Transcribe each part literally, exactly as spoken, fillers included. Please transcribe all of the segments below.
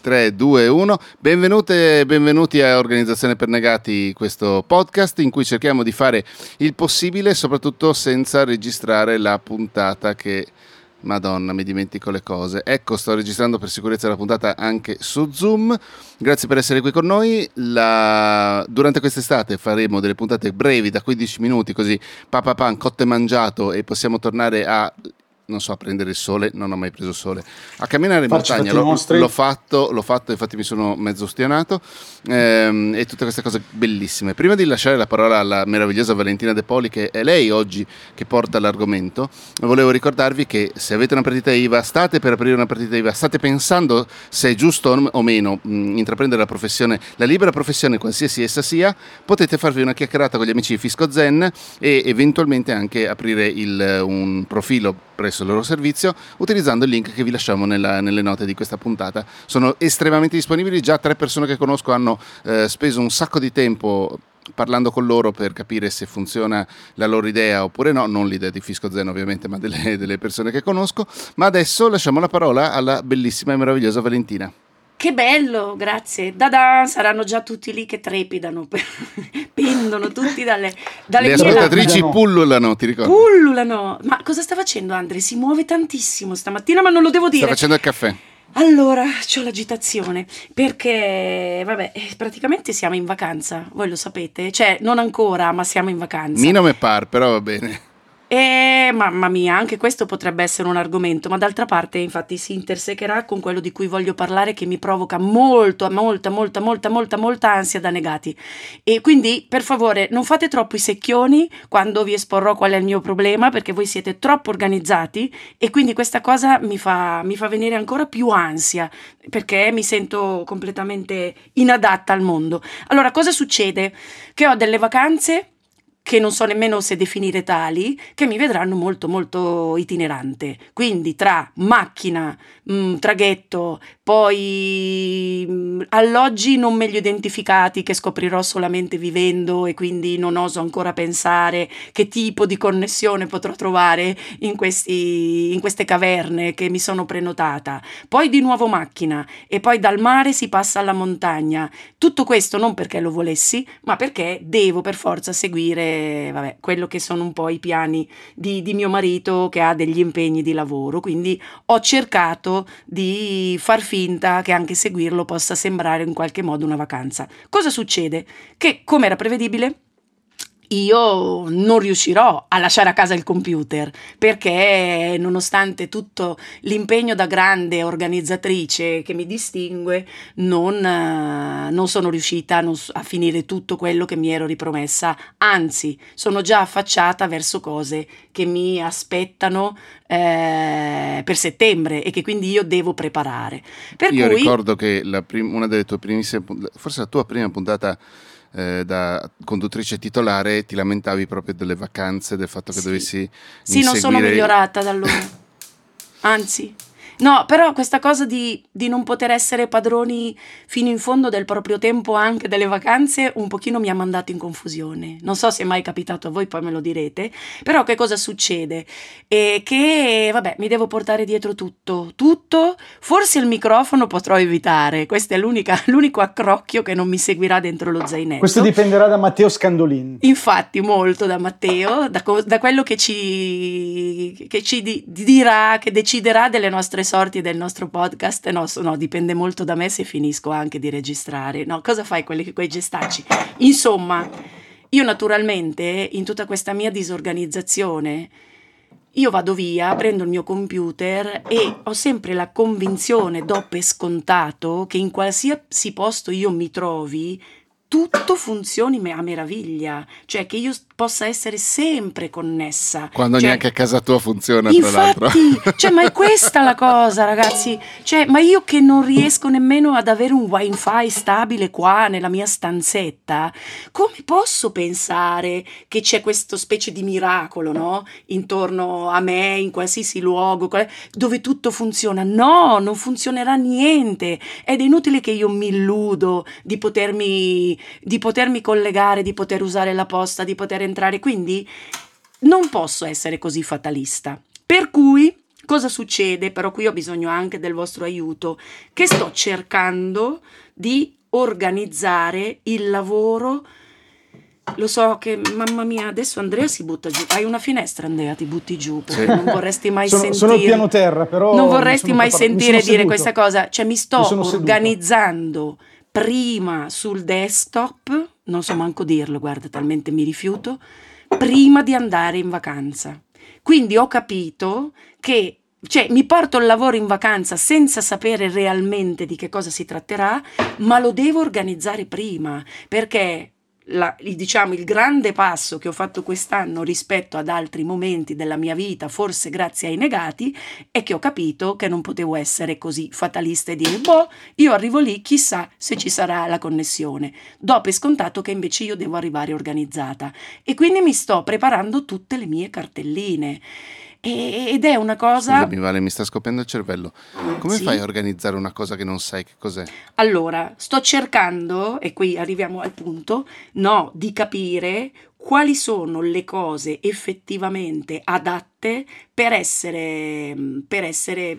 tre, due, uno. Benvenute e benvenuti a Organizzazione per Negati, questo podcast in cui cerchiamo di fare il possibile, soprattutto senza registrare la puntata che... Madonna, mi dimentico le cose. Ecco, sto registrando per sicurezza la puntata anche su Zoom. Grazie per essere qui con noi. La... Durante quest'estate faremo delle puntate brevi da quindici minuti, così papapan, cotto e mangiato, e possiamo tornare a... non so, a prendere il sole, non ho mai preso sole, a camminare in Facci montagna, l'ho, l'ho fatto, l'ho fatto, infatti mi sono mezzo ustionato, ehm, e tutte queste cose bellissime. Prima di lasciare la parola alla meravigliosa Valentina De Poli, che è lei oggi che porta l'argomento, volevo ricordarvi che se avete una partita I V A, state per aprire una partita I V A, state pensando se è giusto o meno mh, intraprendere la professione, la libera professione, qualsiasi essa sia, potete farvi una chiacchierata con gli amici di Fisco Zen e eventualmente anche aprire il, un profilo presso il loro servizio utilizzando il link che vi lasciamo nella, nelle note di questa puntata. Sono estremamente disponibili, già tre persone che conosco hanno eh, speso un sacco di tempo parlando con loro per capire se funziona la loro idea oppure no, non l'idea di Fisco Zen ovviamente, ma delle, delle persone che conosco. Ma adesso lasciamo la parola alla bellissima e meravigliosa Valentina. Che bello, grazie. Da-da, saranno già tutti lì che trepidano, pendono tutti dalle, dalle Le mie ascoltatrici labbra. pullulano, ti ricordo? Pullulano. Ma cosa sta facendo Andre? Si muove tantissimo stamattina, ma non lo devo dire. Sta facendo il caffè. Allora, c'ho l'agitazione, perché, vabbè, praticamente siamo in vacanza, voi lo sapete? Cioè, non ancora, ma siamo in vacanza. Mi non me par, però va bene. E mamma mia, anche questo potrebbe essere un argomento, ma d'altra parte infatti si intersecherà con quello di cui voglio parlare, che mi provoca molto, molta, molta, molta, molta, molta ansia da negati. E quindi, per favore, non fate troppo i secchioni quando vi esporrò qual è il mio problema, perché voi siete troppo organizzati e quindi questa cosa mi fa, mi fa venire ancora più ansia, perché mi sento completamente inadatta al mondo. Allora, cosa succede? Che ho delle vacanze che non so nemmeno se definire tali, che mi vedranno molto molto itinerante, quindi tra macchina, mh, traghetto, poi mh, alloggi non meglio identificati che scoprirò solamente vivendo e quindi non oso ancora pensare che tipo di connessione potrò trovare in questi, in queste caverne che mi sono prenotata, poi di nuovo macchina e poi dal mare si passa alla montagna. Tutto questo non perché lo volessi, ma perché devo per forza seguire vabbè, quello che sono un po' i piani di, di mio marito, che ha degli impegni di lavoro, quindi ho cercato di far finta che anche seguirlo possa sembrare in qualche modo una vacanza. Cosa succede? Che, come era prevedibile, io non riuscirò a lasciare a casa il computer, perché nonostante tutto l'impegno da grande organizzatrice che mi distingue, non, non sono riuscita a, non, a finire tutto quello che mi ero ripromessa, anzi sono già affacciata verso cose che mi aspettano eh, per settembre e che quindi io devo preparare. Per io cui... ricordo che la prim- una delle tue primissime, forse la tua prima puntata Eh, da conduttrice titolare, ti lamentavi proprio delle vacanze, del fatto che sì. dovessi sì non sono migliorata da allora, anzi no, però questa cosa di, di non poter essere padroni fino in fondo del proprio tempo, anche delle vacanze, un pochino mi ha mandato in confusione. Non so se è mai capitato a voi, poi me lo direte. Però che cosa succede? E che, vabbè, mi devo portare dietro tutto, tutto. Forse il microfono potrò evitare. Questo è l'unica, l'unico accrocchio che non mi seguirà dentro lo zainetto. Questo dipenderà da Matteo Scandolin. Infatti, molto da Matteo, da, da quello che ci, che ci di, dirà, che deciderà delle nostre sorti del nostro podcast. No, no, dipende molto da me se finisco anche di registrare. No, cosa fai quelli, quei gestacci? Insomma, io naturalmente in tutta questa mia disorganizzazione io vado via, prendo il mio computer e ho sempre la convinzione, do per scontato, che in qualsiasi posto io mi trovi tutto funzioni a meraviglia, cioè che io possa essere sempre connessa. Quando cioè, neanche a casa tua funziona, tra infatti, l'altro. Cioè, ma è questa la cosa, ragazzi. Cioè, ma io che non riesco nemmeno ad avere un wifi stabile qua nella mia stanzetta, come posso pensare che c'è questo specie di miracolo, no? Intorno a me, in qualsiasi luogo, dove tutto funziona? No, non funzionerà niente. Ed è inutile che io mi illudo di potermi, di potermi collegare, di poter usare la posta, di poter entrare. Quindi non posso essere così fatalista. Per cui Cosa succede? Però qui ho bisogno anche del vostro aiuto, che sto cercando di organizzare il lavoro. Lo so che, mamma mia, adesso Andrea si butta giù. Hai una finestra, Andrea, ti butti giù, perché non vorresti mai sono, sentire. sono al piano terra, però Non vorresti mai preparato. sentire dire seduto. questa cosa. Cioè, mi sto Mi sono seduto. organizzando prima sul desktop, non so manco dirlo, guarda, talmente mi rifiuto, prima di andare in vacanza. Quindi ho capito che, cioè, mi porto il lavoro in vacanza senza sapere realmente di che cosa si tratterà, ma lo devo organizzare prima, perché la, diciamo, il grande passo che ho fatto quest'anno rispetto ad altri momenti della mia vita, forse grazie ai negati, è che ho capito che non potevo essere così fatalista e dire boh, io arrivo lì, chissà se ci sarà la connessione. Do per scontato che invece io devo arrivare organizzata, e quindi mi sto preparando tutte le mie cartelline. Ed è una cosa... Scusami Vale, mi sta scoppiando il cervello. Come Sì? fai a organizzare una cosa che non sai che cos'è? Allora, sto cercando, e qui arriviamo al punto, no, di capire quali sono le cose effettivamente adatte per essere, per essere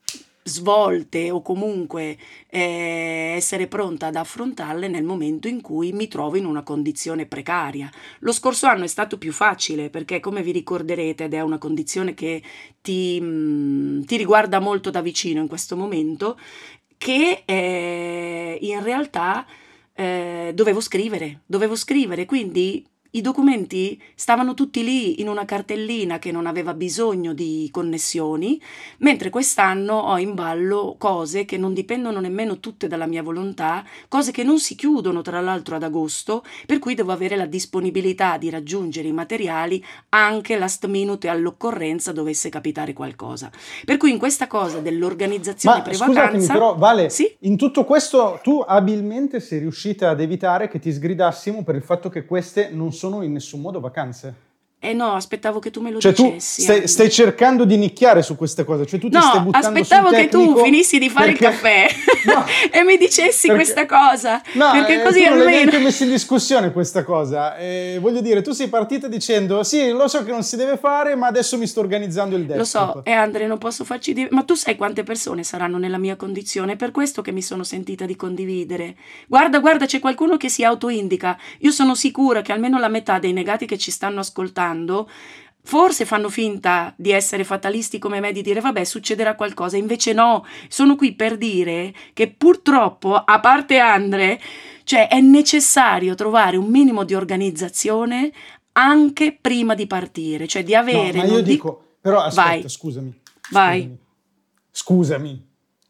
svolte o comunque eh, essere pronta ad affrontarle nel momento in cui mi trovo in una condizione precaria. Lo scorso anno è stato più facile perché, come vi ricorderete, ed è una condizione che ti, mh, ti riguarda molto da vicino in questo momento, che eh, in realtà eh, dovevo scrivere, dovevo scrivere, quindi i documenti stavano tutti lì in una cartellina che non aveva bisogno di connessioni, mentre quest'anno ho in ballo cose che non dipendono nemmeno tutte dalla mia volontà, cose che non si chiudono tra l'altro ad agosto, per cui devo avere la disponibilità di raggiungere i materiali anche last minute e all'occorrenza dovesse capitare qualcosa. Per cui in questa cosa dell'organizzazione Ma pre-vacanza... scusatemi, però Vale, Sì? in tutto questo tu abilmente sei riuscita ad evitare che ti sgridassimo per il fatto che queste non sono in nessun modo vacanze. Eh no, aspettavo che tu me lo Cioè tu dicessi. stai, Andy. stai cercando di nicchiare su queste cose, cioè tu ti No, stai buttando aspettavo sul che tu tecnico finissi di fare perché- il caffè No, e mi dicessi perché- questa cosa, No, perché eh, così tu non l'hai almeno... neanche messo in discussione questa cosa. Eh, voglio dire, tu sei partita dicendo sì, lo so che non si deve fare, ma adesso mi sto organizzando il Lo desktop. so, e Andre, non posso farci dire... Ma tu sai quante persone saranno nella mia condizione? È per questo che mi sono sentita di condividere. Guarda, guarda, c'è qualcuno che si autoindica. Io sono sicura che almeno la metà dei negati che ci stanno ascoltando forse fanno finta di essere fatalisti come me, di dire vabbè, succederà qualcosa. Invece no, sono qui per dire che purtroppo, a parte Andre, cioè è necessario trovare un minimo di organizzazione anche prima di partire, cioè di No, avere... ma non io di- dico, però aspetta, Vai. scusami. Vai. Scusami.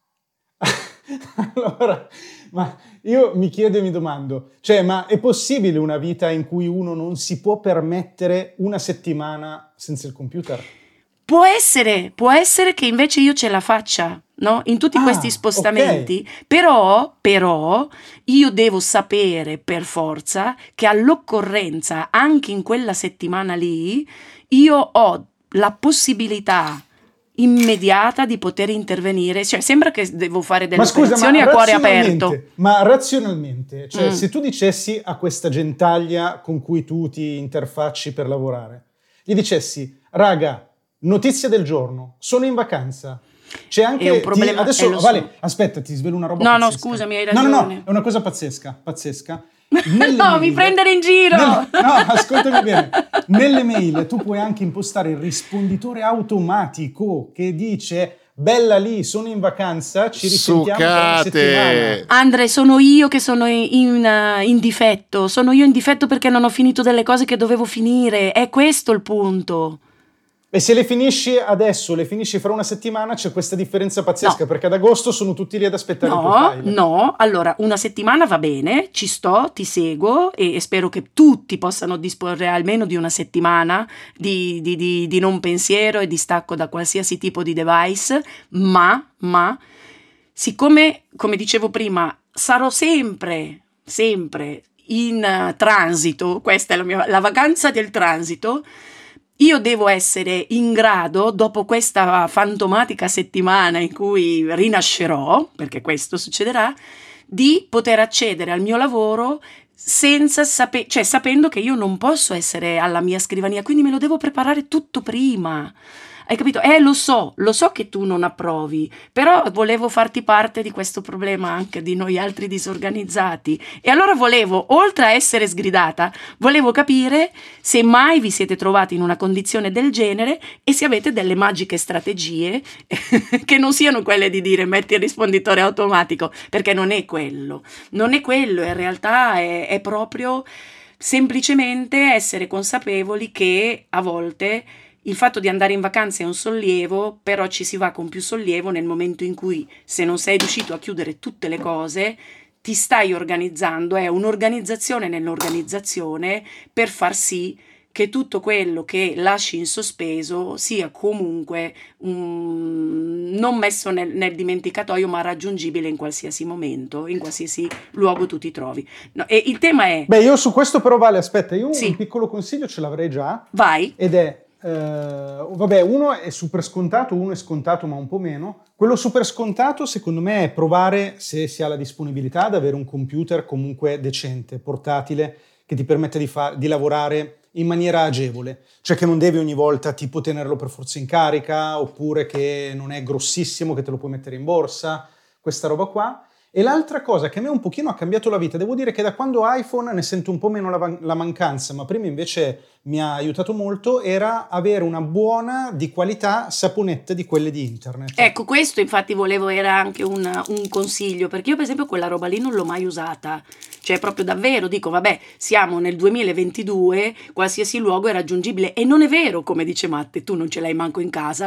Scusami. Allora, ma io mi chiedo e mi domando, cioè, ma è possibile una vita in cui uno non si può permettere una settimana senza il computer? Può essere, può essere che invece io ce la faccia, no? In tutti Ah, questi spostamenti, però, però io devo sapere per forza che all'occorrenza, anche in quella settimana lì, io ho la possibilità immediata di poter intervenire, cioè sembra che devo fare delle Ma scusa, operazioni ma a cuore razionalmente- aperto. Ma razionalmente, cioè Mm. se tu dicessi a questa gentaglia con cui tu ti interfacci per lavorare, gli dicessi, raga, notizia del giorno, sono in vacanza. C'è anche È un ti- problema, adesso eh, lo so. Vale, aspetta, ti svelo una roba No, no, pazzesca. scusami, hai No, no, no, ragione. è una cosa pazzesca, pazzesca. Nelle No, mi mail- prendere in giro! nelle- no, ascoltami bene. Nelle mail tu puoi anche impostare il risponditore automatico che dice bella lì, sono in vacanza, ci risentiamo tra una settimana. Succate! Andre, sono io che sono in, in, eh, in difetto, sono io in difetto perché non ho finito delle cose che dovevo finire, è questo il punto. E se le finisci adesso, le finisci fra una settimana, c'è questa differenza pazzesca, No. perché ad agosto sono tutti lì ad aspettare il tuo No, file. no, allora una settimana va bene, ci sto, ti seguo e, e spero che tutti possano disporre almeno di una settimana di, di, di, di non pensiero e di stacco da qualsiasi tipo di device, ma, ma, siccome, come dicevo prima, sarò sempre, sempre in eh, transito, questa è la mia, la vacanza del transito, io devo essere in grado, dopo questa fantomatica settimana in cui rinascerò, perché questo succederà, di poter accedere al mio lavoro senza sapere, cioè sapendo che io non posso essere alla mia scrivania, quindi me lo devo preparare tutto prima. Hai capito? Eh, lo so, lo so che tu non approvi, però volevo farti parte di questo problema anche di noi altri disorganizzati. E allora volevo, oltre a essere sgridata, volevo capire se mai vi siete trovati in una condizione del genere e se avete delle magiche strategie che non siano quelle di dire metti il risponditore automatico, perché non è quello. Non è quello, in realtà è, è proprio semplicemente essere consapevoli che a volte il fatto di andare in vacanza è un sollievo, però ci si va con più sollievo nel momento in cui, se non sei riuscito a chiudere tutte le cose, ti stai organizzando, è un'organizzazione nell'organizzazione per far sì che tutto quello che lasci in sospeso sia comunque um, non messo nel, nel dimenticatoio, ma raggiungibile in qualsiasi momento, in qualsiasi luogo tu ti trovi. No, e il tema è... Beh, io su questo però, Vale, aspetta, io Sì. un piccolo consiglio ce l'avrei già. Vai. Ed è, eh, vabbè, uno è super scontato, uno è scontato ma un po' meno. Quello super scontato secondo me è provare, se si ha la disponibilità, ad avere un computer comunque decente, portatile, che ti permette di, fa- di lavorare in maniera agevole, cioè che non devi ogni volta tipo tenerlo per forza in carica, oppure che non è grossissimo, che te lo puoi mettere in borsa, questa roba qua. E l'altra cosa che a me un pochino ha cambiato la vita, devo dire che da quando iPhone ne sento un po' meno la, la mancanza, ma prima invece mi ha aiutato molto, era avere una buona, di qualità, saponetta di quelle di internet. Ecco, questo infatti volevo, era anche un, un consiglio, perché io per esempio quella roba lì non l'ho mai usata, cioè proprio davvero dico vabbè, siamo nel duemilaventidue, qualsiasi luogo è raggiungibile, e non è vero come dice Matte, tu non ce l'hai manco in casa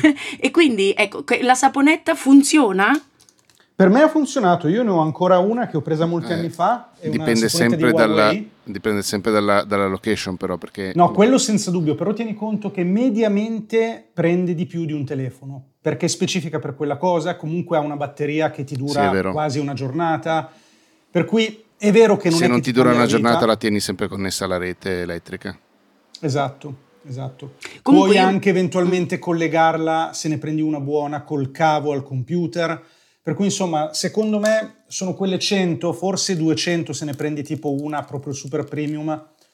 e quindi ecco, la saponetta funziona? Per me ha funzionato, io ne ho ancora una che ho presa molti Eh, anni fa. È dipende una saponetta sempre, di dalla, Huawei. dipende sempre dalla, dalla location però, perché... No, quello senza dubbio, però tieni conto che mediamente prende di più di un telefono, perché è specifica per quella cosa, comunque ha una batteria che ti Sì, è dura vero. quasi una giornata, per cui è vero che non Se è non che ti dura cambia una la vita. giornata la tieni sempre connessa alla rete elettrica. Esatto, esatto. Comunque Puoi io- anche eventualmente collegarla, se ne prendi una buona, col cavo al computer. Per cui insomma, secondo me sono quelle cento, forse duecento se ne prendi tipo una proprio super premium,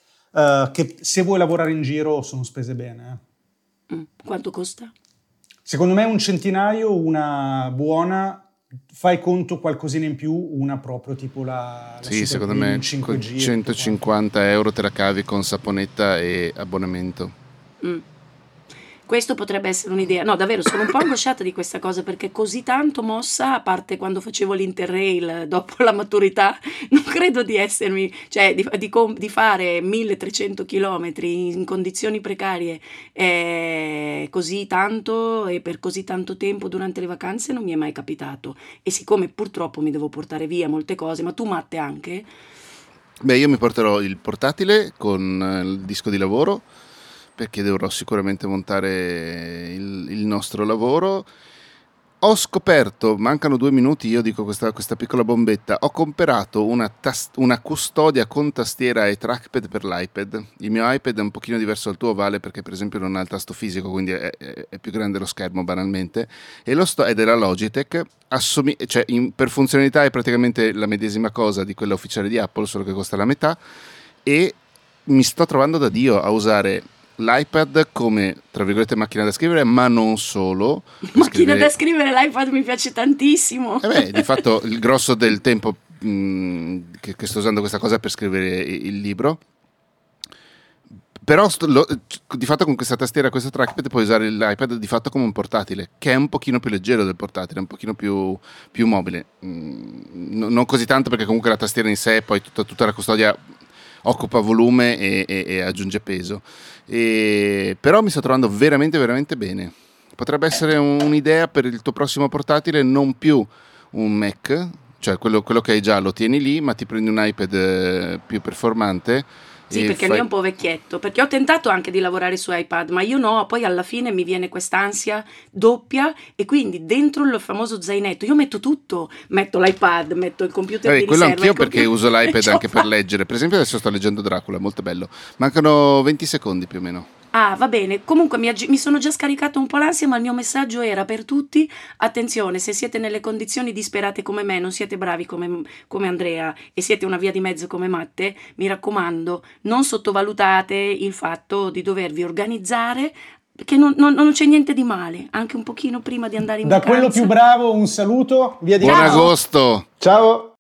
eh, che se vuoi lavorare in giro sono spese bene. eh. Mm, quanto costa? Secondo me un centinaio, una buona, fai conto qualcosina in più, una proprio tipo la, la Sì, super secondo premium me cinque con G. centocinquanta euro te la cavi con saponetta e abbonamento. Mm. Questo potrebbe essere un'idea. No, davvero, sono un po' angosciata di questa cosa perché così tanto mossa, a parte quando facevo l'Interrail dopo la maturità, non credo di essermi, cioè di, di com- di fare milletrecento chilometri in condizioni precarie eh, così tanto e per così tanto tempo durante le vacanze non mi è mai capitato. E siccome purtroppo mi devo portare via molte cose, ma tu Matte anche? Beh, io mi porterò il portatile con eh, il disco di lavoro, perché dovrò sicuramente montare il, il nostro lavoro. Ho scoperto, mancano due minuti, io dico questa, questa piccola bombetta, ho comprato una, tast- una custodia con tastiera e trackpad per l'iPad. Il mio iPad è un pochino diverso dal tuo, Vale, perché per esempio non ha il tasto fisico, quindi è, è, è più grande lo schermo banalmente, e lo sto, è della Logitech, assomi- cioè in, per funzionalità è praticamente la medesima cosa di quella ufficiale di Apple, solo che costa la metà, e mi sto trovando da Dio a usare l'iPad come, tra virgolette, macchina da scrivere, ma non solo. Macchina scrivere- da scrivere, l'iPad mi piace tantissimo. Eh beh, di fatto il grosso del tempo mh, che, che sto usando questa cosa è per scrivere i- il libro. Però sto- lo- di fatto con questa tastiera e questo trackpad puoi usare l'iPad di fatto come un portatile, che è un pochino più leggero del portatile, un pochino più, più mobile. Mm, no- non così tanto, perché comunque la tastiera in sé, poi tutta, tutta la custodia occupa volume e, e- e aggiunge peso. E- però mi sto trovando veramente veramente bene. Potrebbe essere un- un'idea per il tuo prossimo portatile, non più un Mac, cioè quello, quello che hai già lo tieni lì, ma ti prendi un iPad eh, più performante. Sì, e perché il fai- mio è un po' vecchietto, perché ho tentato anche di lavorare su iPad, ma io no, poi alla fine mi viene quest'ansia doppia e quindi dentro il famoso zainetto io metto tutto, metto l'iPad, metto il computer Vabbè, di quello riserva, anch'io il perché computer- uso l'iPad Ce anche l'ho per fatta. leggere. Per esempio adesso sto leggendo Dracula, molto bello. Mancano venti secondi più o meno. Ah, va bene. Comunque mi, aggi- mi sono già scaricato un po' l'ansia, ma il mio messaggio era per tutti. Attenzione, se siete nelle condizioni disperate come me, non siete bravi come, come Andrea e siete una via di mezzo come Matte, mi raccomando, non sottovalutate il fatto di dovervi organizzare che non, non- non c'è niente di male, anche un pochino prima di andare in Da vacanza. quello più bravo un saluto, via di Buon Ciao. agosto! Ciao!